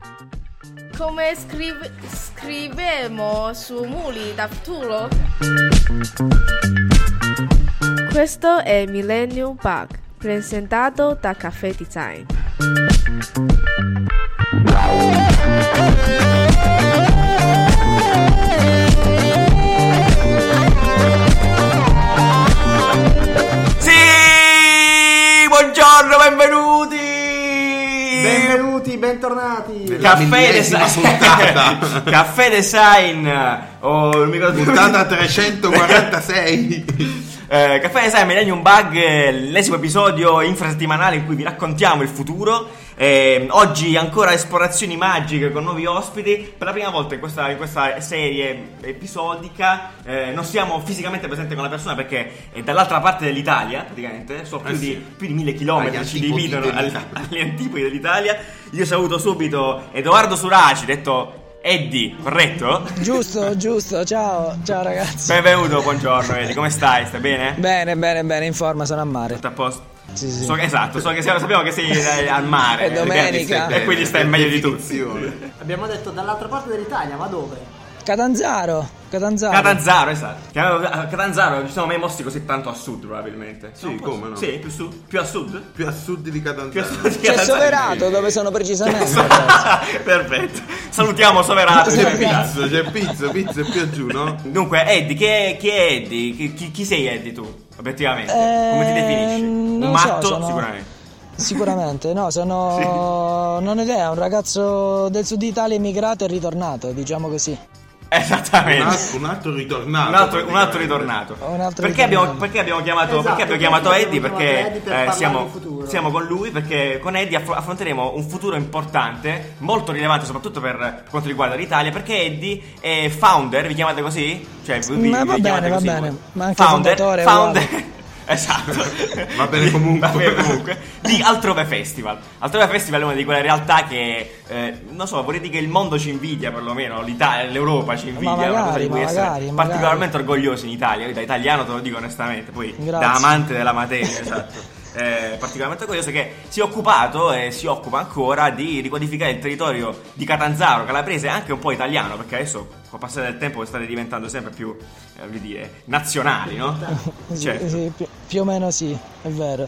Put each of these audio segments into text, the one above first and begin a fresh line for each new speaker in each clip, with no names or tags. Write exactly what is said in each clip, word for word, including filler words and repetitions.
Come scrive, scrivemo su Muli da futuro? Questo è Millennium Bug, presentato da Caffè Design.
Sì, buongiorno, benvenuti.
Benvenuti, bentornati.
Caffè Design. Caffè Design. Oh, non mi ricordo.
Puntata trecentoquarantasei.
eh, Caffè Design Millennium Bug, l'ennesimo episodio infrasettimanale in cui vi raccontiamo il futuro. Eh, oggi ancora esplorazioni magiche con nuovi ospiti. Per la prima volta in questa, in questa serie episodica eh, non siamo fisicamente presenti con la persona perché è dall'altra parte dell'Italia, praticamente. Sono più,
eh
di,
sì.
più di mille chilometri
Agli
ci
antipodi
dividono agli,
dell'Italia.
agli antipodi dell'Italia. Io saluto subito Edoardo Suraci, detto Eddie, corretto?
Giusto, giusto, ciao, ciao ragazzi.
Benvenuto, buongiorno Eddie, come stai? Stai bene?
Bene, bene, bene, in forma, sono a mare.
Tutto a posto?
Sì, sì.
So che, esatto, so che siamo, sappiamo che sei eh, al mare.
È domenica.
E quindi stai meglio di tutti.
Abbiamo detto dall'altra parte dell'Italia, ma dove?
Catanzaro, Catanzaro.
Catanzaro, esatto. A Catanzaro non ci siamo mai mossi così tanto a sud, probabilmente.
Sì, come no?
Sì, più su, più a sud?
Più a sud di
Più a
Catanzaro.
sud di
C'è
Catanzaro.
Soverato, dove sono precisamente.
Perfetto. Salutiamo Soverato.
C'è pizza, c'è pizza, pizza e più a giù, no?
Dunque, Eddie, chi è, chi è Eddie? Chi, chi, chi sei Eddie tu, obiettivamente?
Eh,
Come ti definisci? Un
non lo so,
matto,
sono-
sicuramente.
Sicuramente, no, sono. Non ho idea, un ragazzo del sud Italia emigrato e ritornato, diciamo così.
Un
Esattamente.
altro, un altro ritornato.
Un altro, un altro ritornato.
Un altro
perché,
ritornato.
abbiamo, perché abbiamo chiamato,
Esatto,
perché abbiamo chiamato
perché
Eddie?
abbiamo
Perché
chiamato Eddie per
eh,
parlare
siamo,
di futuro.
siamo con lui. Perché con Eddie aff- affronteremo un futuro importante, molto rilevante, soprattutto per quanto riguarda l'Italia. Perché Eddie è founder, vi chiamate così? Cioè, vi,
Ma
vi
va
chiamate
bene, va
così
bene.
voi?
Ma anche
founder,
fondatore è
founder. Esatto.
Va bene comunque.
Va bene comunque. Di Altrove Festival. Altrove Festival è una di quelle realtà che eh, non so, vorrei dire che il mondo ci invidia, perlomeno l'Italia, l'Europa ci invidia.
Ma
una cosa
magari,
di cui
ma
essere
magari,
particolarmente orgogliosi in Italia. Io da italiano te lo dico onestamente, poi
Grazie.
da amante della materia, esatto. Eh, particolarmente orgoglioso che si è occupato e si occupa ancora di ricodificare il territorio di Catanzaro, calabrese e anche un po' italiano, perché adesso col passare del tempo state diventando sempre più eh, voglio dire, nazionali, no?
Sì,
Cioè,
sì, più, più o meno sì, è vero.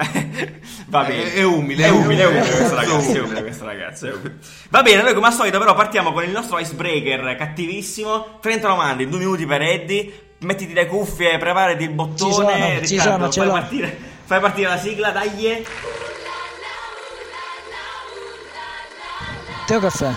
va bene.
È- è umile,
è
è
umile, è
umile.
umile questo ragazzo, è umile questo ragazzo, è umile. Va bene, noi come al solito però partiamo con il nostro icebreaker cattivissimo. trenta domande in due minuti per Eddie. Mettiti le cuffie, preparati il bottone.
Ci sono,
Riccardo,
ci sono, ce
fai
l'ho.
partire, fai partire la sigla, dai.
Teo caffè.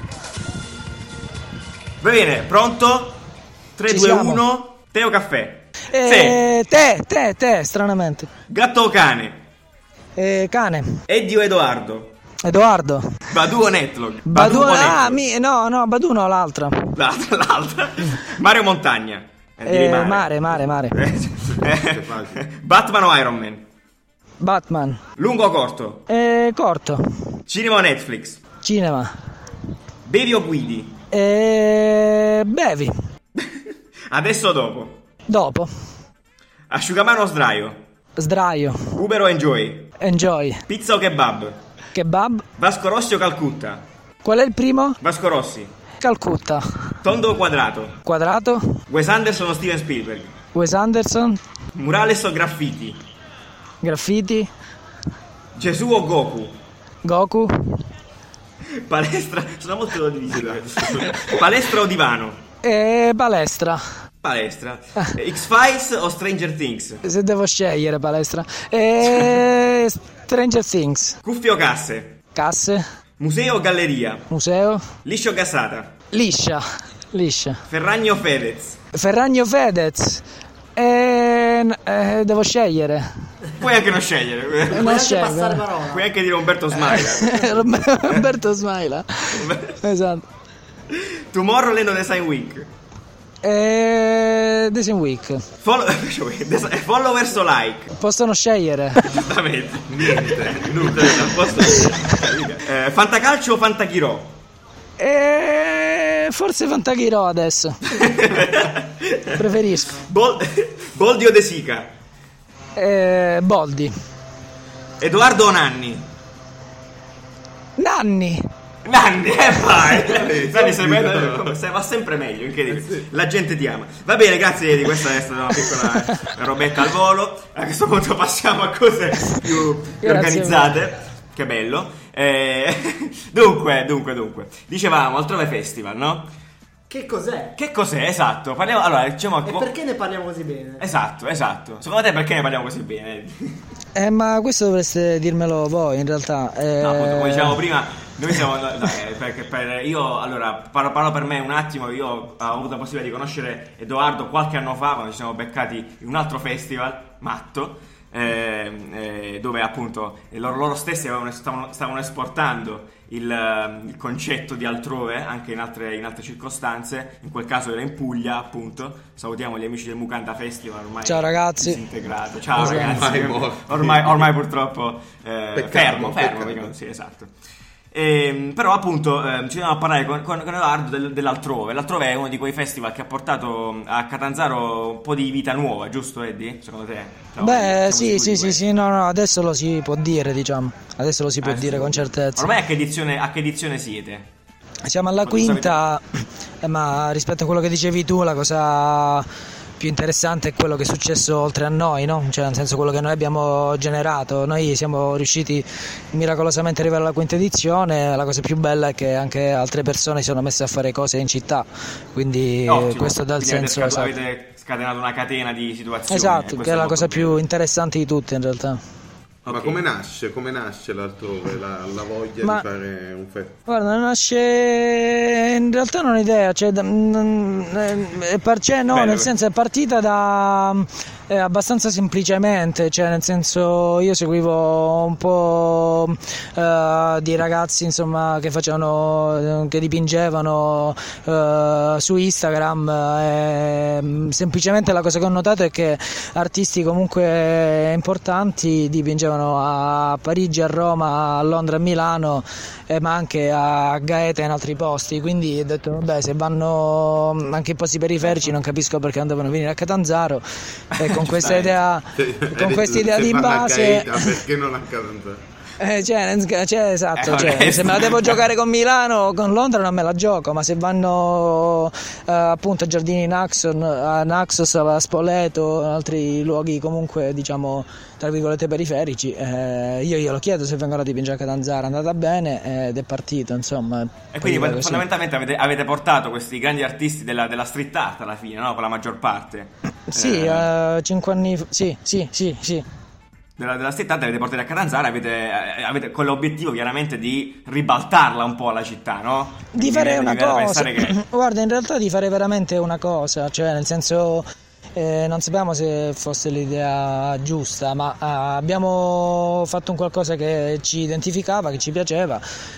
Va bene, pronto? tre,
Ci
due,
siamo.
uno. Teo caffè.
Eh, te, te, te, stranamente.
Gatto o cane?
Eh, cane.
Eddie o Edoardo?
Edoardo.
Badu o Netlog?
Badu,
o
ah,
Netlog?
mi, no, no, Badu no, l'altra.
L'altra, l'altra. Mare o montagna? Eh, direi
Eh, mare, mare, mare.
Eh,
facile.
Batman o Iron Man?
Batman.
Lungo o corto?
Eh, corto.
Cinema o Netflix?
Cinema.
Bevi o guidi?
Eh, bevi.
Adesso o dopo?
Dopo.
Asciugamano o sdraio?
Sdraio.
Uber o Enjoy?
Enjoy.
Pizza o kebab?
Kebab.
Vasco Rossi o Calcutta?
Qual è il primo?
Vasco Rossi.
Calcutta.
Tondo o quadrato?
Quadrato.
Wes Anderson o Steven Spielberg?
Wes Anderson.
Murales o graffiti?
Graffiti.
Gesù o Goku?
Goku.
Palestra, sono molto divisi. Palestra o divano?
E palestra.
Palestra. X-Files o Stranger Things?
Se devo scegliere palestra. E Stranger Things.
Cuffie o casse?
Casse.
Museo o galleria?
Museo.
Liscio o gassata?
Liscia. Liscia.
Ferragni o Fedez?
Ferragno Fedez. E eh, devo scegliere.
Puoi anche non scegliere.
Non
Puoi anche
scelgo.
passare parola.
Puoi anche dire Umberto Smaila.
Roberto Smaila. Esatto.
Tomorrowland o Design Week?
E Design Week.
Follow- Followers o like?
Possono scegliere.
Giustamente. Niente. Nulla. Non posso eh, Fantacalcio o Fantachirò?
E forse Fantachirò adesso. Preferisco.
Bol- Boldi o De Sica?
E Boldi.
Edoardo o Nanni?
Nanni.
Nanni, eh vai! Nanni, sei
subito.
bello, come- sei- va sempre meglio, incredibile. La gente ti ama. Va bene, grazie di questa è stata una piccola eh, robetta al volo. A questo punto passiamo a cose più, più
Grazie
organizzate. Che bello. Eh, dunque, dunque, dunque. Dicevamo, Altrove Festival, no?
Che cos'è?
Che cos'è? Esatto. Parliamo, allora, diciamo...
E perché ne parliamo così bene?
Esatto, esatto. Secondo te perché ne parliamo così bene?
Eh, ma questo dovreste dirmelo voi in realtà. Eh,
No, appunto, come dicevamo prima, noi siamo. No, eh, perché per, io allora parlo, parlo per me un attimo. Io ho avuto la possibilità di conoscere Edoardo qualche anno fa, quando ci siamo beccati in un altro festival matto, eh, eh, dove appunto loro, loro stessi avevano, stavano, stavano esportando il, eh, il concetto di altrove anche in altre, in altre circostanze. In quel caso era in Puglia, appunto. Salutiamo gli amici del Mucanta Festival, ormai
Ciao, ragazzi.
disintegrato. Ciao
Esatto.
ragazzi,
Ormai morto.
ormai, ormai purtroppo eh,
Peccato,
fermo, fermo,
peccato.
perché- sì, esatto. Ehm, però appunto ehm, ci andiamo a parlare con, con, con Edoardo del- dell'Altrove. L'Altrove è uno di quei festival che ha portato a Catanzaro un po' di vita nuova, giusto Eddie? Secondo te? Siamo-
Beh,
siamo
sì,
sicuri
sì,
di
sì,
questo?
sì, no, no, adesso lo si può dire, diciamo. Adesso lo si può
Ah,
dire
sì.
con certezza.
Ormai a che edizione, a che edizione siete?
Siamo alla
Quanto
quinta, eh, ma rispetto a quello che dicevi tu, la cosa più interessante è quello che è successo oltre a noi, no? Cioè, nel senso, quello che noi abbiamo generato. Noi siamo riusciti miracolosamente ad arrivare alla quinta edizione. La cosa più bella è che anche altre persone si sono messe a fare cose in città, quindi
Ottimo.
questo dà il
Quindi avete
senso.
scat-
Esatto,
avete scatenato una catena di situazioni.
esatto
e questo
che è la
molto
cosa
bello.
più interessante di tutte in realtà.
Ma
Ok.
come nasce? Come nasce l'Altrove? La, la voglia
Ma-
di fare un festival?
Guarda, nasce in realtà non ho idea, cioè, da- mm, eh, par- cioè, no,
Bello.
nel senso è partita da eh, abbastanza semplicemente, cioè nel senso io seguivo un po' eh, di ragazzi insomma che facevano, che dipingevano eh, su Instagram e mm, semplicemente la cosa che ho notato è che artisti comunque importanti dipingevano a Parigi, a Roma, a Londra, a Milano, eh, ma anche a Gaeta e in altri posti, quindi ho detto vabbè, se vanno anche in posti periferici non capisco perché non devono venire a Catanzaro, e con questa idea con questa idea di base
Perché non a Catanzaro?
eh, cioè, nel- cioè, esatto,
Eh,
cioè,
onesto.
se me la devo giocare con Milano o con Londra non me la gioco, ma se vanno eh, appunto a Giardini Naxos, a Naxos, a Spoleto, altri luoghi comunque diciamo tra virgolette periferici, eh, io glielo chiedo se vengono a dipingere a Catanzaro, è andata bene ed è partito, insomma.
E quindi
Poi così.
fondamentalmente avete, avete portato questi grandi artisti della, della street art alla fine, no? Per la maggior parte.
Sì,
Eh,
eh, cinque anni fa, sì, sì, sì, sì.
della, della street art avete portati a Catanzaro, avete, eh, avete con l'obiettivo chiaramente di ribaltarla un po' la città, no?
Di
Quindi
fare
mi
una
viene da
cosa,
pensare che
guarda, in realtà di fare veramente una cosa, cioè nel senso eh, non sappiamo se fosse l'idea giusta, ma eh, abbiamo fatto un qualcosa che ci identificava, che ci piaceva,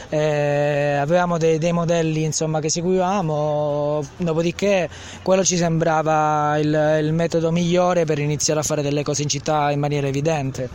eh, avevamo dei, dei modelli insomma che seguivamo, dopodiché quello ci sembrava il, il metodo migliore per iniziare a fare delle cose in città in maniera evidente.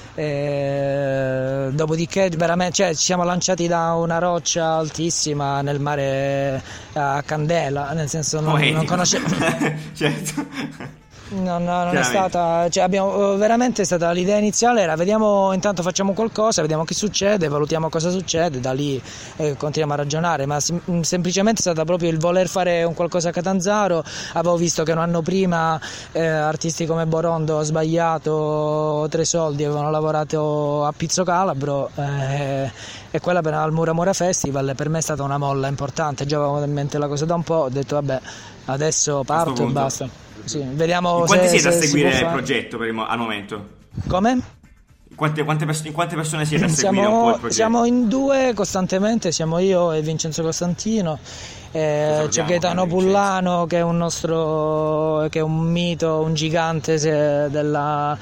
Eh, dopodiché veramente, cioè, ci siamo lanciati da una roccia altissima nel mare a candela, nel senso non,
poetico.
non conoscevo.
Certo.
No, no, non è
Chiaramente.
stata, cioè abbiamo veramente è stata l'idea iniziale era vediamo, intanto facciamo qualcosa, vediamo che succede, valutiamo cosa succede, da lì eh, continuiamo a ragionare, ma sem- semplicemente è stata proprio il voler fare un qualcosa a Catanzaro. Avevo visto che un anno prima eh, artisti come Borondo, Sbagliato, Tre Soldi avevano lavorato a Pizzo Calabro, eh, e quella per al Mura Mura Festival per me è stata una molla importante, già avevo in mente la cosa da un po', ho detto vabbè, adesso parto e
punto.
basta. Sì, vediamo
In quanti
se,
siete
se
a
si può
seguire il
fare.
progetto per il mo- al momento?
Come?
In quante, quante pers- in quante persone siete a seguire un po' il
Siamo,
progetto?
siamo in due costantemente, siamo io e Vincenzo Costantino, eh, c'è
salutiamo,
Gaetano
Vincenzo.
Pullano che è un nostro, che è un mito, un gigante se- della,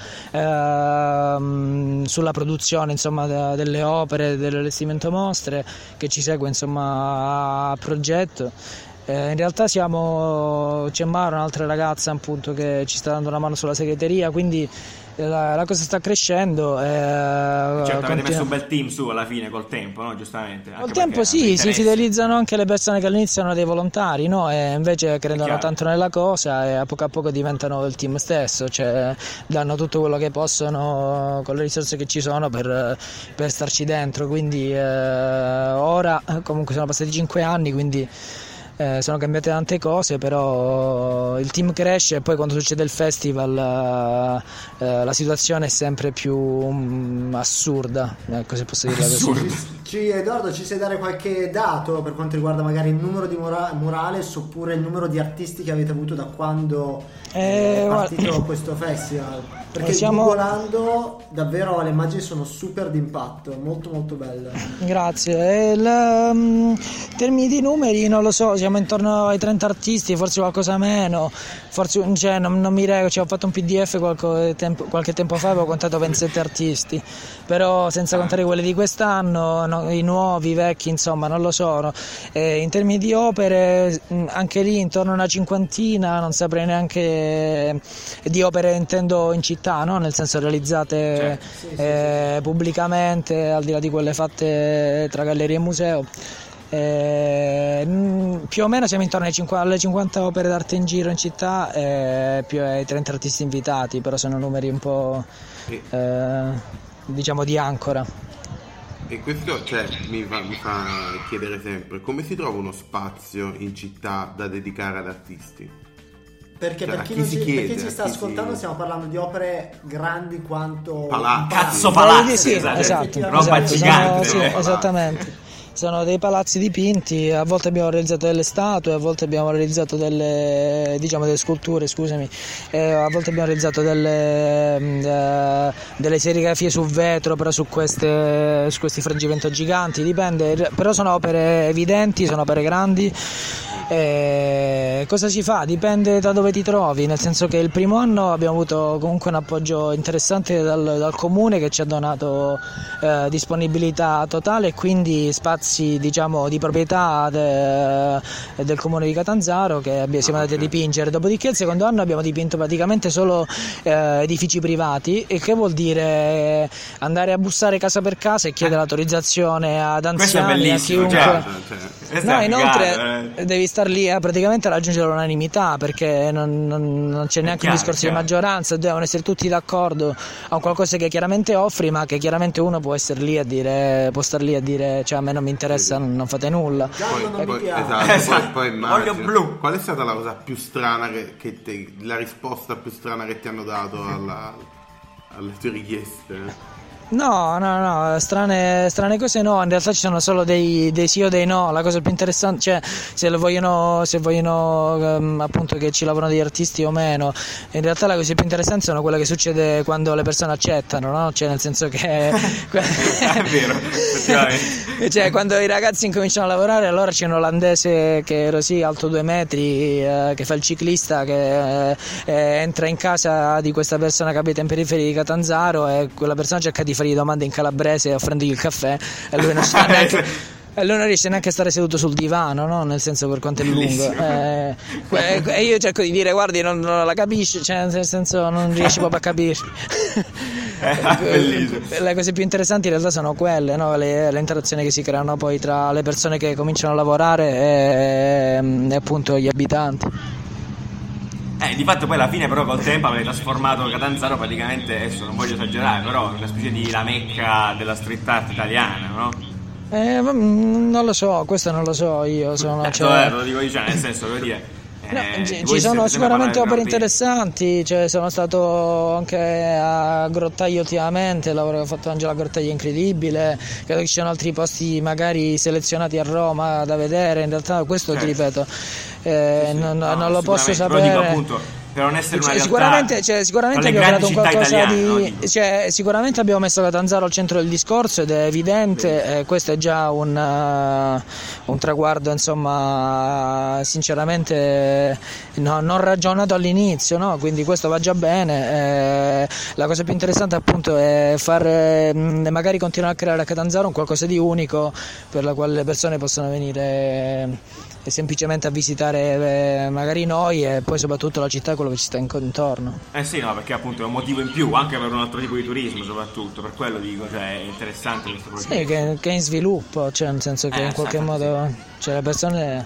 ehm, sulla produzione insomma de- delle opere, dell'allestimento mostre, che ci segue insomma a progetto. Eh, in realtà siamo, c'è Mara, un'altra ragazza appunto che ci sta dando una mano sulla segreteria, quindi la, la cosa sta crescendo. Eh,
certo,
continu-
avete messo un bel team su alla fine col tempo, no? Giustamente.
Col tempo sì, si fidelizzano anche le persone che all'inizio erano dei volontari, no? E invece credono tanto nella cosa e a poco a poco diventano il team stesso, cioè danno tutto quello che possono con le risorse che ci sono per, per starci dentro, quindi eh, ora comunque sono passati cinque anni, quindi Eh, sono cambiate tante cose, però il team cresce e poi quando succede il festival eh, la situazione è sempre più um, assurda, ecco, se posso dirla così.
Ci, Edoardo, ci sai dare qualche dato per quanto riguarda magari il numero di mura- murales oppure il numero di artisti che avete avuto da quando
eh,
è partito
guarda,
questo festival? Perché
siamo...
googolando davvero le immagini sono super d'impatto, molto molto belle.
Grazie. Il, um, in termini di numeri non lo so, siamo intorno ai trenta artisti, forse qualcosa meno, forse cioè, non, non mi rego, cioè, ho fatto un P D F qualche tempo, qualche tempo fa, avevo contato ventisette artisti, però senza contare quelli di quest'anno, no, i nuovi, i vecchi, insomma non lo so, no. Eh, in termini di opere anche lì intorno a una cinquantina, non saprei neanche, di opere intendo in città, no? Nel senso realizzate
Cioè, sì, sì,
eh,
sì.
pubblicamente, al di là di quelle fatte tra galleria e museo. Eh, più o meno siamo intorno ai cinquanta, alle cinquanta opere d'arte in giro in città e più ai trenta artisti invitati, però sono numeri un po' eh, diciamo di ancora.
E questo, cioè, mi fa, mi fa chiedere sempre come si trova uno spazio in città da dedicare ad artisti?
Perché
Cioè,
per chi,
chi
non
si
ci,
chiede,
per chi ci sta
chi
ascoltando
si-
stiamo parlando di opere grandi quanto
Palazzi.
Cazzo,
Palazzi,
palazzi,
sì,
esatto.
esatto,
Roba
esatto,
gigante.
sono- sì,
no?
esattamente. Sono dei palazzi dipinti, a volte abbiamo realizzato delle statue, a volte abbiamo realizzato delle, diciamo, delle sculture, scusami, eh, a volte abbiamo realizzato delle, mh, eh, delle serigrafie su vetro, però su, queste, su questi frangimento giganti, dipende, però sono opere evidenti, sono opere grandi. Eh, cosa si fa? Dipende da dove ti trovi, nel senso che il primo anno abbiamo avuto comunque un appoggio interessante dal, dal comune che ci ha donato eh, disponibilità totale e quindi spazi, diciamo, di proprietà de, del comune di Catanzaro che abbiamo, siamo andati a dipingere. Dopodiché il secondo anno abbiamo dipinto praticamente solo eh, edifici privati, il che vuol dire andare a bussare casa per casa e chiedere l'autorizzazione ad
Questo è
anziani, a
bellissimo,
chiunque.
cioè,
Cioè,
questa
No,
è
inoltre
figata, eh.
devi star lì a praticamente raggiungere l'unanimità perché non, non- non c'è neanche
chiaro,
un discorso di
chiaro.
maggioranza, devono essere tutti d'accordo a un qualcosa che chiaramente offri, ma che chiaramente uno può essere lì a dire, può star lì a dire, cioè a me non mi interessa, non, non fate nulla.
Giallo non mi
poi,
piace.
esatto,
Esatto.
poi, poi
Olio
immagino.
blu.
Qual è stata la cosa più strana che, che te, la risposta più strana che ti hanno dato alla, alle tue richieste?
No, no, no, strane, strane cose no, in realtà ci sono solo dei, dei sì o dei no, la cosa più interessante, cioè se lo vogliono, se vogliono ehm, appunto che ci lavorano degli artisti o meno, in realtà la cosa più interessante sono quelle che succede quando le persone accettano, no? Cioè nel senso che...
È vero, effettivamente.
Cioè quando i ragazzi incominciano a lavorare allora c'è un olandese che è così alto due metri eh, che fa il ciclista che eh, eh, entra in casa di questa persona che abita in periferia di Catanzaro e quella persona cerca di fargli domande in calabrese offrendogli il caffè e lui non ci sta neanche, e lui non riesce neanche a stare seduto sul divano, no? Nel senso per quanto è lungo eh, que- e io cerco di dire guardi non, non la capisci, cioè nel senso non riesci proprio a capire.
Bellissimo.
Le cose più interessanti in realtà sono quelle, no? le, le interazioni che si creano poi tra le persone che cominciano a lavorare e, e appunto gli abitanti.
Eh, di fatto poi alla fine però col tempo avete trasformato Catanzaro praticamente, adesso non voglio esagerare, però una specie di la mecca della street art italiana, no?
Eh, mm, non lo so, questo non lo so io. Sono,
Eh,
cioè...
eh, lo dico io, cioè, nel senso, voglio dire...
No,
eh,
ci-
voi
ci sono
siete sempre
sicuramente
parlati
opere
di-
interessanti, cioè sono stato anche a Grottaglie ultimamente, il lavoro che ho fatto Angela Grottaglie è incredibile, credo che ci siano altri posti magari selezionati a Roma da vedere, in realtà questo ti
Certo.
ripeto, eh,
Sì,
non,
no,
non lo posso
sicuramente, però
sapere.
dico appunto, per non essere
cioè,
una
sicuramente,
realtà,
cioè, sicuramente
tra le
abbiamo creato un
grandi città
qualcosa
italiane,
di
no?
cioè, sicuramente abbiamo messo Catanzaro al centro del discorso ed è evidente, eh, questo è già un, uh, un traguardo, insomma, sinceramente no, non ragionato all'inizio, no? Quindi questo va già bene. Eh, la cosa più interessante appunto è far eh, magari continuare a creare a Catanzaro un qualcosa di unico per la quale le persone possono venire eh, semplicemente a visitare eh, magari noi e poi soprattutto la città e quello che ci sta intorno.
Eh sì, no, perché appunto è un motivo in più anche per un altro tipo di turismo, soprattutto per quello dico, cioè è interessante questo progetto.
Sì, che, che è in sviluppo, cioè nel senso che
Eh,
in qualche
sì,
modo
sì.
cioè le persone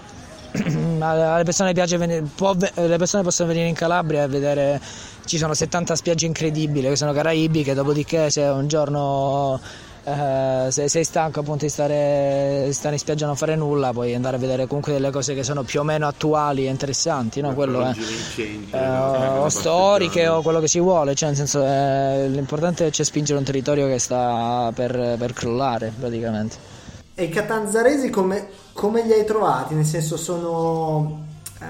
alle persone piace venire, può, le persone possono venire in Calabria e vedere, ci sono settanta spiagge incredibili che sono caraibiche, dopodiché se un giorno eh, se sei stanco appunto di stare, stare in spiaggia e non fare nulla, puoi andare a vedere comunque delle cose che sono più o meno attuali e interessanti, no? Quello è eh, o storiche o quello che si vuole, cioè nel senso eh, l'importante è c'è spingere un territorio che sta per, per crollare praticamente.
E i catanzaresi come, come li hai trovati? Nel senso sono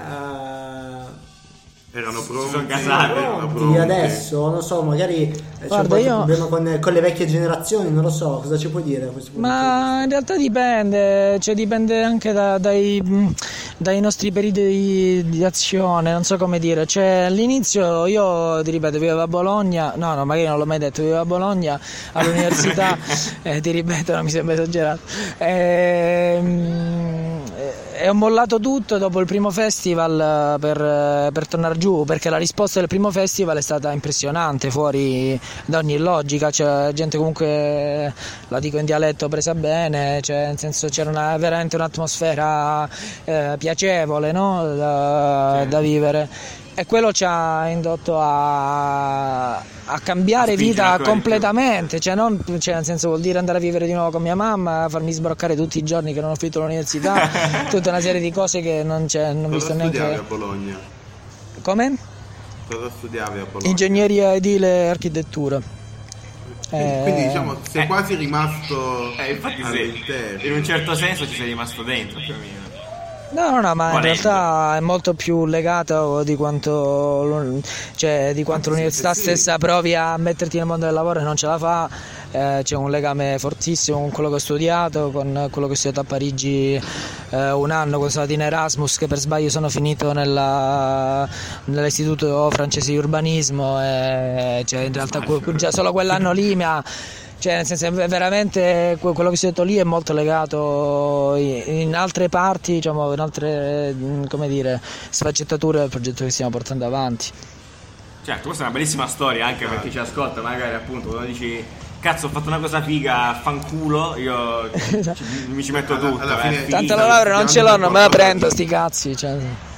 uh,
erano pronti,
sono casati,
erano
pronti
pronti.
adesso, non so, magari c'è
Guarda,
qualche
io-
problema con, con le vecchie generazioni, non lo so, cosa ci puoi dire a questo punto?
Ma in realtà dipende, cioè dipende anche da- dai, mh, dai nostri periodi di, di azione, non so come dire, cioè all'inizio io ti ripeto vivevo a Bologna, no no magari non l'ho mai detto, vivevo a Bologna all'università, eh, ti ripeto non mi sembra esagerato, e, mh, e ho mollato tutto dopo il primo festival per, per tornare giù, perché la risposta del primo festival è stata impressionante, fuori da ogni logica, cioè gente comunque, la dico in dialetto, presa bene, cioè nel senso c'era una, veramente un'atmosfera eh, piacevole, no? da, da vivere, e quello ci ha indotto a, a cambiare
A spingere
vita
ancora di più.
completamente, cioè, non, cioè nel senso vuol dire andare a vivere di nuovo con mia mamma, farmi sbroccare tutti i giorni che non ho finito l'università, tutta una serie di cose che non c'è, non ho visto
Cosa studiavi
neanche.
a Bologna?
Come?
Cosa studiavi a Bologna?
Ingegneria edile e architettura.
Quindi,
Eh,
quindi, diciamo sei
eh.
quasi rimasto
Eh, infatti sì,
all'interno.
in un certo senso ci sei rimasto dentro più o meno.
No, no, no, ma in
Volendo.
realtà è molto più legato di quanto, l'un- cioè, di quanto
Ah, sì,
l'università
sì, sì.
stessa provi a metterti nel mondo del lavoro e non ce la fa. Eh, c'è un legame fortissimo con quello che ho studiato, con quello che ho studiato a Parigi eh, un anno, quando sono stato in Erasmus, che per sbaglio sono finito nella, nell'istituto francese di urbanismo, e, cioè, in realtà que- già solo quell'anno lì mi ha... Cioè, nel senso, è veramente que- quello che si è detto lì è molto legato in, in altre parti, diciamo, in altre, mh, come dire, sfaccettature del progetto che stiamo portando avanti.
Certo, questa è una bellissima storia anche per chi ci ascolta, magari appunto quando dici cazzo ho fatto una cosa figa, fanculo, io ci- ci- mi ci metto
Alla-
tutto.
alla
eh,
fine-
finita.
Tanto la laurea non ce l'ho, non me la prendo, sti cazzi. Cioè.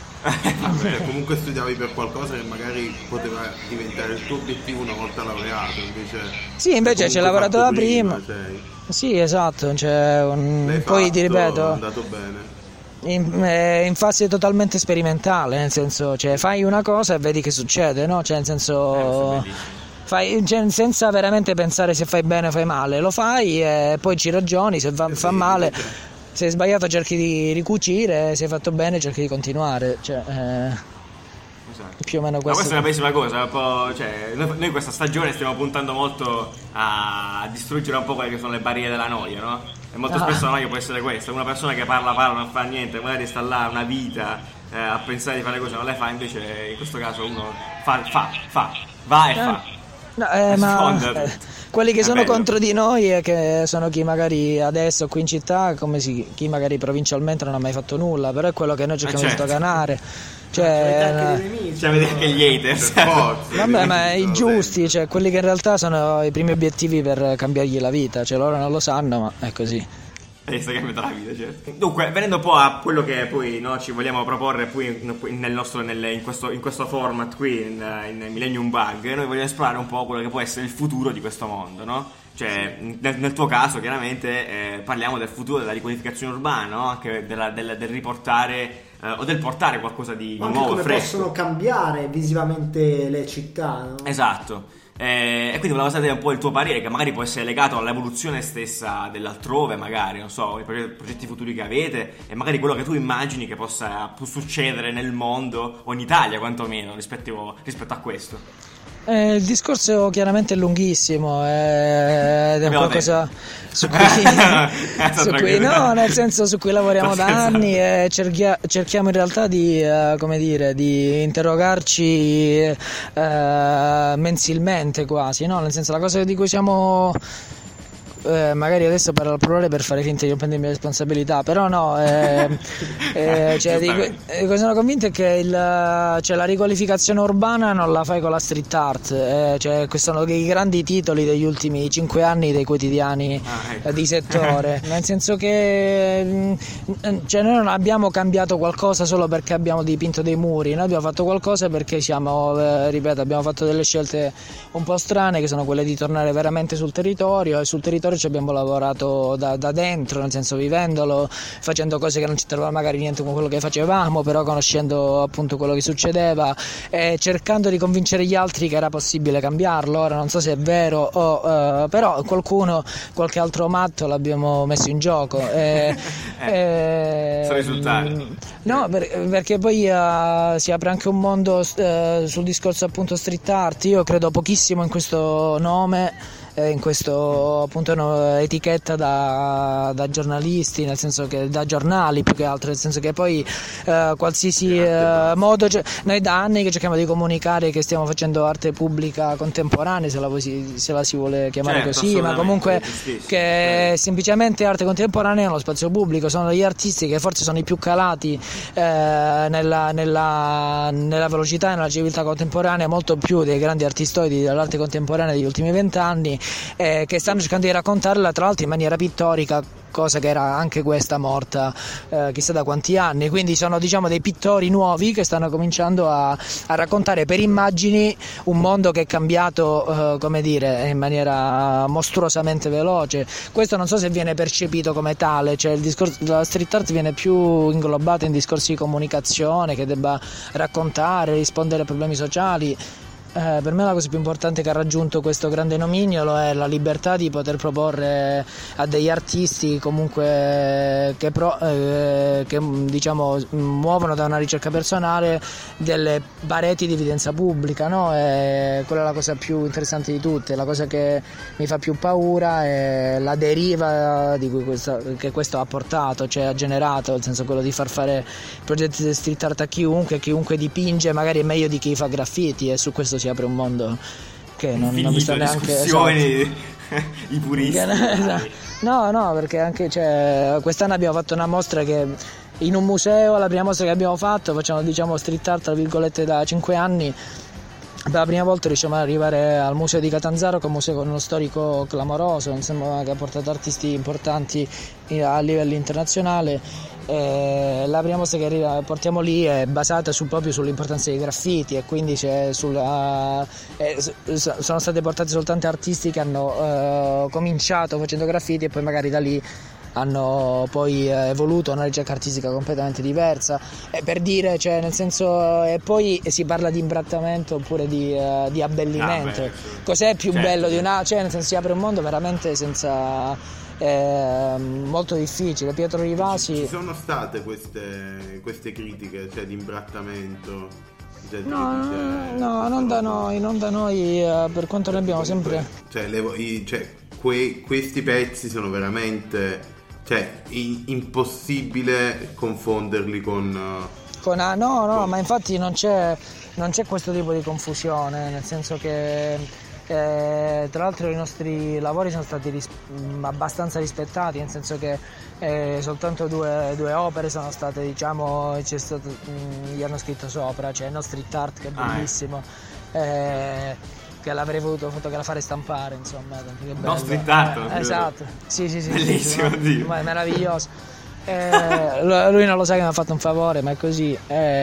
Cioè, comunque studiavi per qualcosa che magari poteva diventare il tuo obiettivo una volta laureato, invece
Sì, invece
hai
ci hai
comunque
lavorato da
fatto
prima.
sei.
Sì, esatto, cioè, un-
L'hai
poi ti
fatto,
ripeto...
è andato bene.
In, eh, in fase totalmente sperimentale, nel senso, cioè fai una cosa e vedi che succede, no? Cioè nel
Eh, questo è
senso
bellissimo.
fai, cioè, senza veramente pensare se fai bene o fai male, lo fai e poi ci ragioni, se va, fa male, se hai sbagliato cerchi di ricucire, se hai fatto bene cerchi di continuare, cioè eh,
Esatto.
più o meno
Ma
questo.
questa è una bellissima cosa, un po', cioè, noi, noi questa stagione stiamo puntando molto a distruggere un po' quelle che sono le barriere della noia, no? E molto
Ah.
spesso la noia può essere questa, una persona che parla, parla, non fa niente, magari sta là una vita eh, a pensare di fare cose, non le fa, invece in questo caso uno fa, fa, fa, va e fa.
No, eh, ma
Sfonda
eh,
tutto.
quelli che
È
sono
bello.
contro di noi e che sono chi magari adesso qui in città, come si, chi magari provincialmente non ha mai fatto nulla, però è quello che noi cerchiamo
Eh,
di
certo.
sdoganare.
Avete anche
Cioè,
dei nemici,
Cioè, vedete anche gli haters.
Per forza,
vabbè, ma
i
i
nemici sono
giusti, cioè quelli che in realtà sono i primi obiettivi per cambiargli la vita, cioè loro non lo sanno, ma è così.
E sta cambiando la vita, certo. Dunque, venendo un po' a quello che poi no, ci vogliamo proporre poi nel nostro, nel, in, questo, in questo format qui, in, in Millennium Bug, noi vogliamo esplorare un po' quello che può essere il futuro di questo mondo, no? Cioè, nel, nel tuo caso, chiaramente, eh, parliamo del futuro della riqualificazione urbana, no? Anche della, del, del riportare eh, o del portare qualcosa di, di
Ma anche
nuovo,
come
fresco.
possono cambiare visivamente le città, no?
Esatto. Eh, e quindi volevo sapere un po' il tuo parere, che magari può essere legato all'evoluzione stessa dell'altrove, magari, non so, i progetti futuri che avete e magari quello che tu immagini che possa può succedere nel mondo o in Italia quantomeno rispetto, rispetto a questo.
Eh, il discorso chiaramente è lunghissimo eh, ed è qualcosa su cui, su cui no, nel senso su cui lavoriamo da anni e cerchia, cerchiamo in realtà di, uh, come dire, di interrogarci uh, mensilmente quasi, no? Nel senso la cosa di cui siamo Eh, magari adesso parlo al plurale per fare finta di non prendermi responsabilità, però no, eh, eh, cioè, di, eh, sono convinto che il, cioè, la riqualificazione urbana non la fai con la street art, eh, cioè, questi sono i grandi titoli degli ultimi cinque anni dei quotidiani ah, ecco. eh, di settore, nel senso che mh, cioè, noi non abbiamo cambiato qualcosa solo perché abbiamo dipinto dei muri, noi abbiamo fatto qualcosa perché siamo, eh, ripeto, abbiamo fatto delle scelte un po' strane che sono quelle di tornare veramente sul territorio e sul territorio ci abbiamo lavorato da, da dentro, nel senso vivendolo, facendo cose che non c'entrava magari niente con quello che facevamo, però conoscendo appunto quello che succedeva e cercando di convincere gli altri che era possibile cambiarlo. Ora non so se è vero o uh, però qualcuno, qualche altro matto l'abbiamo messo in gioco e,
eh, e, risultati.
No, per, perché poi uh, si apre anche un mondo uh, sul discorso appunto street art. Io credo pochissimo in questo nome, in questo appunto no, etichetta da, da giornalisti, nel senso che da giornali più che altro, nel senso che poi eh, qualsiasi eh, modo, cioè, noi da anni che cerchiamo di comunicare che stiamo facendo arte pubblica contemporanea, se la, se la si vuole chiamare certo, così, ma comunque che è semplicemente arte contemporanea nello spazio pubblico. Sono gli artisti che forse sono i più calati eh, nella, nella, nella velocità e nella civiltà contemporanea, molto più dei grandi artistoidi dell'arte contemporanea degli ultimi vent'anni, Eh, che stanno cercando di raccontarla tra l'altro in maniera pittorica, cosa che era anche questa morta eh, chissà da quanti anni. Quindi sono, diciamo, dei pittori nuovi che stanno cominciando a, a raccontare per immagini un mondo che è cambiato, eh, come dire, in maniera mostruosamente veloce. Questo non so se viene percepito come tale, cioè il discorso della street art viene più inglobato in discorsi di comunicazione che debba raccontare, rispondere a problemi sociali. Eh, per me la cosa più importante che ha raggiunto questo grande nomignolo è la libertà di poter proporre a degli artisti comunque che, pro, eh, che diciamo muovono da una ricerca personale delle pareti di evidenza pubblica, no? E quella è la cosa più interessante di tutte. La cosa che mi fa più paura è la deriva di cui questo, che questo ha portato, cioè ha generato, nel senso quello di far fare progetti di street art a chiunque, chiunque dipinge magari è meglio di chi fa graffiti, e su questo si apre un mondo che non, non mi sta neanche, esatto.
I puristi
no no perché anche, cioè, quest'anno abbiamo fatto una mostra che in un museo, la prima mostra che abbiamo fatto, facciamo diciamo street art tra virgolette da cinque anni. Per la prima volta riusciamo ad arrivare al museo di Catanzaro, che è un museo con uno storico clamoroso, insomma, che ha portato artisti importanti a livello internazionale. E la prima mostra che arriva, portiamo lì è basata su, proprio sull'importanza dei graffiti, e quindi c'è sulla, eh, sono state portate soltanto artisti che hanno eh, cominciato facendo graffiti e poi magari da lì hanno poi evoluto una ricerca artistica completamente diversa, e per dire, cioè, nel senso, e poi si parla di imbrattamento oppure di, uh, di abbellimento. Ah, beh, sì. Cos'è più certo. bello di una, cioè, nel senso, si apre un mondo veramente senza eh, molto difficile. Pietro Rivasi,
ci sono state queste, queste critiche, cioè, di imbrattamento?
No, no, no, non da noi, non da noi, uh, per quanto ne abbiamo sempre,
cioè, le, i, cioè que, questi pezzi sono veramente, cioè, in, impossibile confonderli con... Uh,
con ah, no, no, con... ma infatti non c'è, non c'è questo tipo di confusione, nel senso che eh, tra l'altro i nostri lavori sono stati ris- abbastanza rispettati, nel senso che eh, soltanto due, due opere sono state, diciamo, c'è stato, mh, gli hanno scritto sopra, cioè no street art, che è bellissimo. Ah, eh, che l'avrei voluto fotografare e stampare, insomma, che bello.
No street art,
eh, esatto, sì sì sì,
bellissimo,
sì, sì, ma è meraviglioso. Eh, lui non lo sa che mi ha fatto un favore, ma è così,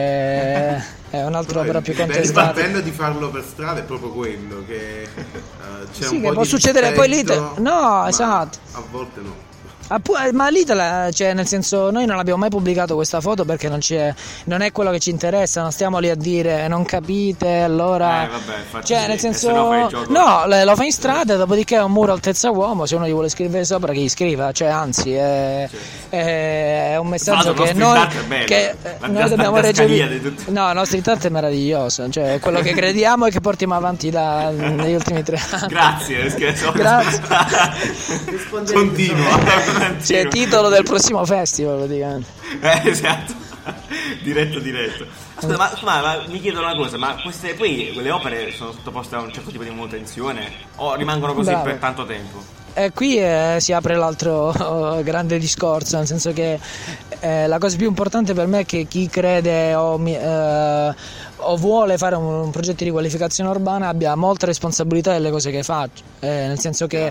è, è un altro però più contestato.
Il bello di farlo per strada è proprio quello che uh, c'è
sì,
un
che
po'
può
di
succedere
rispetto,
poi lì te... no, esatto,
a volte no.
Ah, pu- ma lì te la, cioè, nel senso, noi non abbiamo mai pubblicato questa foto perché non, c'è, non è quello che ci interessa, non stiamo lì a dire non capite, allora
Eh, vabbè, infatti
cioè
sì,
nel
e
senso
se no fai il gioco.
no, le- lo fai in strada, dopodiché è un muro altezza uomo, se uno gli vuole scrivere sopra che gli scriva, cioè anzi è, è, è un messaggio
Tra l'altro
che
il
noi,
nostro street art è bello,
che
la-
noi
la-
dobbiamo
la
recepire.
tascania di tutti.
No, il nostro street art è meraviglioso, cioè è quello che crediamo e che portiamo avanti da, negli ultimi tre anni.
Grazie, scherzo.
Grazie.
Rispondete
Continua.
C'è titolo del prossimo festival praticamente.
Eh, esatto. diretto diretto. Ascolta, ma, ma, ma mi chiedo una cosa, ma queste poi le opere sono sottoposte a un certo tipo di manutenzione o rimangono così
Bravo.
per tanto tempo?
E qui eh, si apre l'altro oh, grande discorso, nel senso che eh, la cosa più importante per me è che chi crede o, mi- eh, o vuole fare un, un progetto di riqualificazione urbana abbia molta responsabilità delle cose che faccio, eh, nel senso che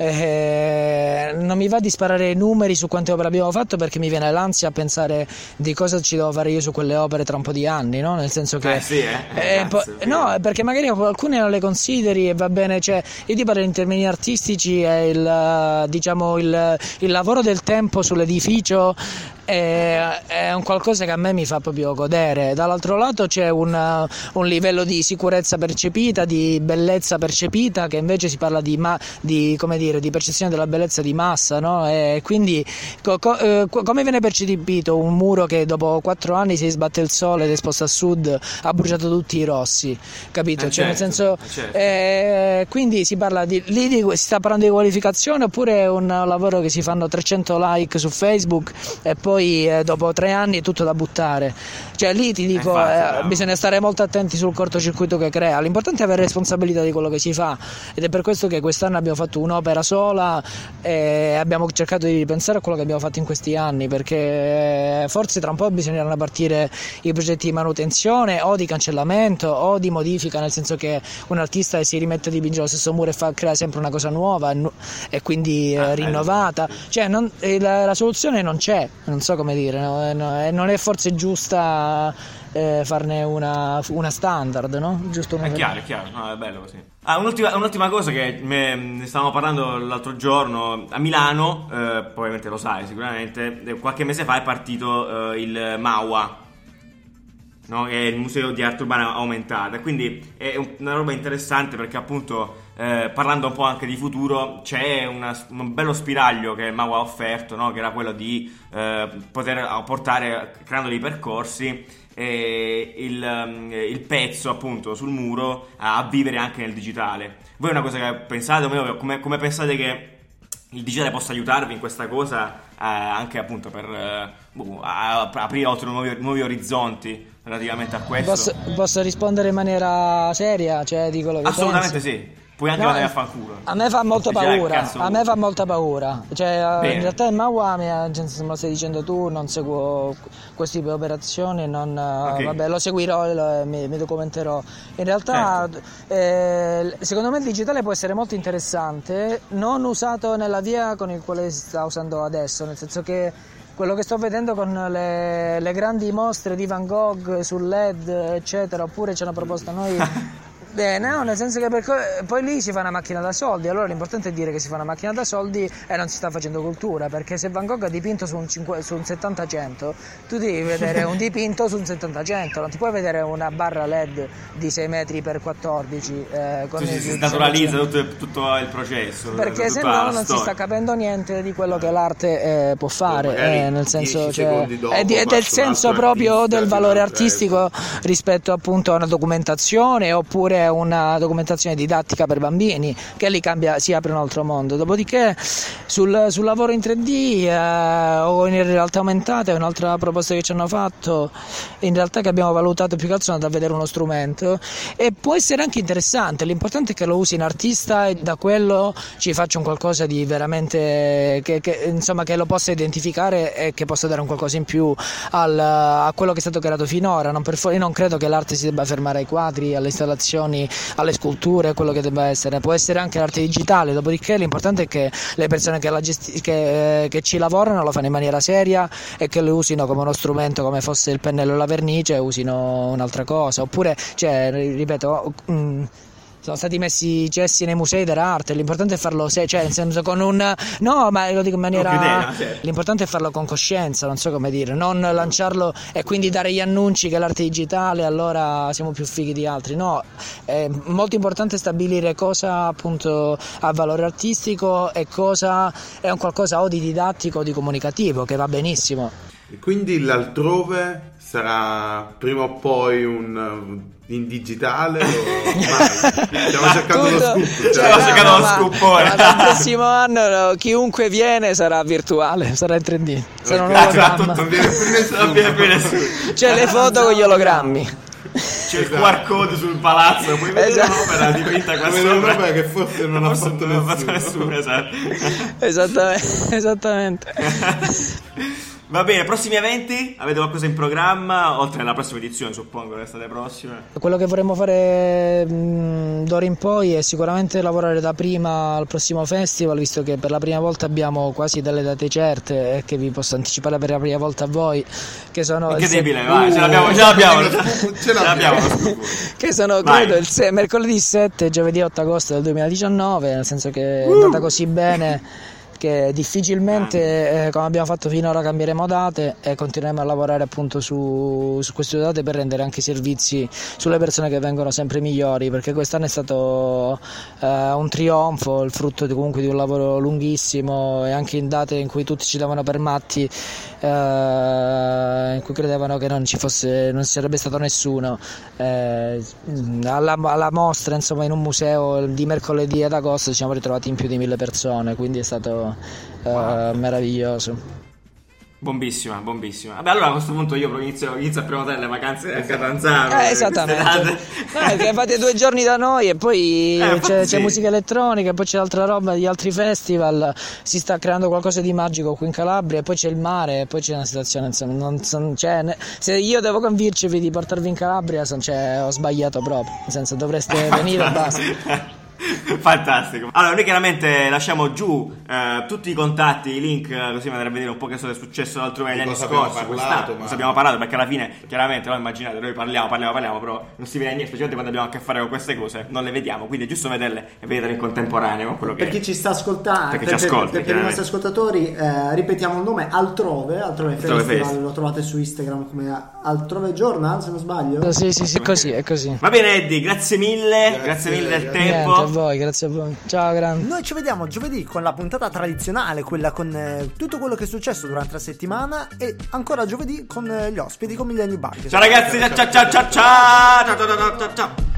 eh, non mi va di sparare numeri su quante opere abbiamo fatto perché mi viene l'ansia a pensare di cosa ci devo fare io su quelle opere tra un po' di anni, no? Nel senso che
Eh, sì, eh.
eh, po-
Cazzo,
no, perché magari alcune non le consideri e va bene, cioè io ti parlo in termini artistici e il, diciamo, il, il lavoro del tempo sull'edificio è, è un qualcosa che a me mi fa proprio godere. Dall'altro lato c'è un, un livello di sicurezza percepita, di bellezza percepita, che invece si parla di, ma, di, come dire, di percezione della bellezza di massa, no? E quindi co, co, eh, come viene percepito un muro che dopo quattro anni si sbatte il sole ed è esposto a sud, ha bruciato tutti i rossi, capito?
Eh,
cioè,
certo,
nel senso,
eh, certo.
eh, quindi si parla di, lì di, si sta parlando di qualificazione oppure è un lavoro che si fanno trecento like su Facebook e poi eh, dopo tre anni è tutto da buttare, cioè lì ti dico
infatti,
eh,
bravo.
bisogna stare molto attenti sul cortocircuito che crea, l'importante è avere responsabilità di quello che si fa ed è per questo che quest'anno abbiamo fatto un'opera sola e abbiamo cercato di ripensare a quello che abbiamo fatto in questi anni, perché forse tra un po' bisogneranno partire i progetti di manutenzione o di cancellamento o di modifica, nel senso che un artista si rimette a dipingere lo stesso muro e fa, crea sempre una cosa nuova e, nu- e quindi eh,
Ah,
rinnovata, cioè non, eh, la, la soluzione non c'è, non so come dire, no? Eh, no, eh, non è forse giusta eh, farne una, una standard, no? Giusto una
È chiaro, è chiaro, no, è bello così. Ah, un'ultima, un'ultima cosa che me- ne stavamo parlando l'altro giorno a Milano, eh, poi ovviamente lo sai sicuramente, eh, qualche mese fa è partito eh, il MAUA, no? Che è il Museo di Arte Urbana Aumentata, quindi è un- una roba interessante perché appunto eh, parlando un po' anche di futuro c'è una- un bello spiraglio che il MAUA ha offerto, no? Che era quello di eh, poter portare, creando dei percorsi, eh, il, um, il pezzo appunto sul muro a vivere anche nel digitale. Voi è una cosa che pensate, o meglio, come, come pensate che il digitale possa aiutarvi in questa cosa, eh, anche appunto per eh, boh, a- a aprire altri nuovi, nuovi orizzonti relativamente a questo?
Posso, posso rispondere in maniera seria, cioè di quello che
Assolutamente
penso?
sì, puoi anche
No,
andare a fanculo.
A me fa molto
Dici, ah,
paura,
cazzo,
a me fa molta paura. Cioè, eh,
Bene.
in realtà il MAUA, mi ha- cioè, se me lo stai dicendo tu, non seguo questo tipo di operazioni, non, eh,
Ok.
vabbè, lo seguirò e lo- mi, mi documenterò. In realtà, eh, secondo me il digitale può essere molto interessante, non usato nella via con il quale si sta usando adesso, nel senso che quello che sto vedendo con le, le grandi mostre di Van Gogh sul L E D, eccetera, oppure ci hanno proposto a noi. Bene, no, nel senso che per co- poi lì si fa una macchina da soldi, allora l'importante è dire che si fa una macchina da soldi e non si sta facendo cultura, perché se Van Gogh ha dipinto su un, cinque- su un settanta cento, tu devi vedere un dipinto su un settanta cento, non ti puoi vedere una barra L E D di sei metri per quattordici eh, con
Sì,
il-
si
il-
naturalizza tutto, tutto il processo,
perché
tutta
se
la
no non si
storia.
sta capendo niente di quello che l'arte eh, può fare,
magari
eh, nel senso
dieci
cioè,
secondi dopo
è, di- è del
passa un
senso
altro
proprio
artista
del
di
valore
un'altra
artistico rispetto appunto a una documentazione oppure a una documentazione didattica per bambini, che lì cambia, si apre un altro mondo. Dopodiché sul, sul lavoro in tre D eh, o in realtà aumentata è un'altra proposta che ci hanno fatto, in realtà che abbiamo valutato più che altro da vedere uno strumento e può essere anche interessante, l'importante è che lo usi in artista e da quello ci faccia un qualcosa di veramente che, che, insomma, che lo possa identificare e che possa dare un qualcosa in più al, a quello che è stato creato finora. Non per fu- io non credo che l'arte si debba fermare ai quadri, alle installazioni, alle sculture, quello che debba essere, può essere anche l'arte digitale, dopodiché l'importante è che le persone che, la gesti- che, che ci lavorano lo fanno in maniera seria e che lo usino come uno strumento, come fosse il pennello e la vernice, e usino un'altra cosa, oppure, cioè, ripeto, mh, sono stati messi i cessi nei musei dell'arte, l'importante è farlo, se, cioè nel senso con un, no, ma lo dico in maniera,
idea, certo.
L'importante è farlo con coscienza, non so come dire, non lanciarlo e quindi dare gli annunci che l'arte digitale allora siamo più fighi di altri. No, è molto importante stabilire cosa appunto ha valore artistico e cosa è un qualcosa o di didattico o di comunicativo, che va benissimo.
E quindi l'altrove sarà prima o poi un in digitale o mai? Stiamo cercando lo scoop.
Cioè,
Stiamo
no,
cercando
no,
lo
ma,
scoopone.
ma dal prossimo anno no, chiunque viene sarà virtuale, sarà in tre D, sarà un ologramma.
Non viene più nessuno, non viene più nessuno.
C'è le foto con gli ologrammi.
C'è il Q R code sul palazzo, puoi vedere
Esatto.
un'opera dipinta qua
Come
sopra
un'opera che forse non ha fatto
non ha
nessuno.
nessuno, esatto.
Esattamente, esattamente.
Va bene, prossimi eventi? Avete qualcosa in programma? Oltre alla prossima edizione, suppongo, l'estate prossima.
Quello che vorremmo fare mh, d'ora in poi è sicuramente lavorare da prima al prossimo festival, visto che per la prima volta abbiamo quasi delle date certe e che vi posso anticipare per la prima volta a voi, che sono
incredibile,
il se-
vai, ce l'abbiamo, ce l'abbiamo, ce
l'abbiamo.
l'abbiamo.
che sono
Vai.
credo il se- mercoledì sette e giovedì otto agosto del duemiladiciannove, nel senso che è andata così bene che difficilmente, eh, come abbiamo fatto finora, cambieremo date e continueremo a lavorare appunto su, su queste date per rendere anche i servizi sulle persone che vengono sempre migliori, perché quest'anno è stato eh, un trionfo, il frutto di, comunque di un lavoro lunghissimo, e anche in date in cui tutti ci davano per matti, eh, in cui credevano che non ci fosse, non ci sarebbe stato nessuno. Eh, alla, alla mostra, insomma, in un museo di mercoledì ad agosto ci siamo ritrovati in più di mille persone, quindi è stato Uh, meraviglioso.
Bombissima, bombissima. Vabbè, allora a questo punto io inizio, inizio a prenotare le vacanze a Catanzaro.
Eh, esattamente. No, perché fate due giorni da noi e poi
eh,
c'è,
sì.
c'è musica elettronica, poi c'è altra roba di altri festival. Si sta creando qualcosa di magico qui in Calabria, e poi c'è il mare, e poi c'è una situazione, insomma, non, son, cioè, ne, se io devo convincervi di portarvi in Calabria, son, cioè, ho sbagliato proprio. Nel senso, dovreste venire e basta.
Fantastico. Allora, noi chiaramente lasciamo giù eh, tutti i contatti, i link, così andare a vedere un po' che cosa è successo l'altro negli anni scorsi. Quest'anno ma... abbiamo parlato, perché alla fine, chiaramente, no, immaginate, noi parliamo, parliamo, parliamo, però non si vede niente, specialmente quando abbiamo a che fare con queste cose, non le vediamo, quindi è giusto vederle e vederle in contemporanea con quello che
per chi ci sta ascoltando,
per,
per,
ci ascolta,
per, per i nostri ascoltatori, eh, ripetiamo il nome: Altrove, Altrove Festival, Festival, lo trovate su Instagram come Altrove Journal, se non sbaglio.
Sì, sì, sì, così, è così.
Va bene, Eddie, grazie mille, grazie, grazie mille del
grazie.
tempo.
Niente, a voi, grazie a voi. Ciao, grande.
Noi ci vediamo giovedì con la puntata tradizionale, quella con eh, tutto quello che è successo durante la settimana, e ancora giovedì con eh, gli ospiti, con Millennium Bug.
Ciao ragazzi, ciao ciao ciao ciao ciao ciao ciao ciao ciao.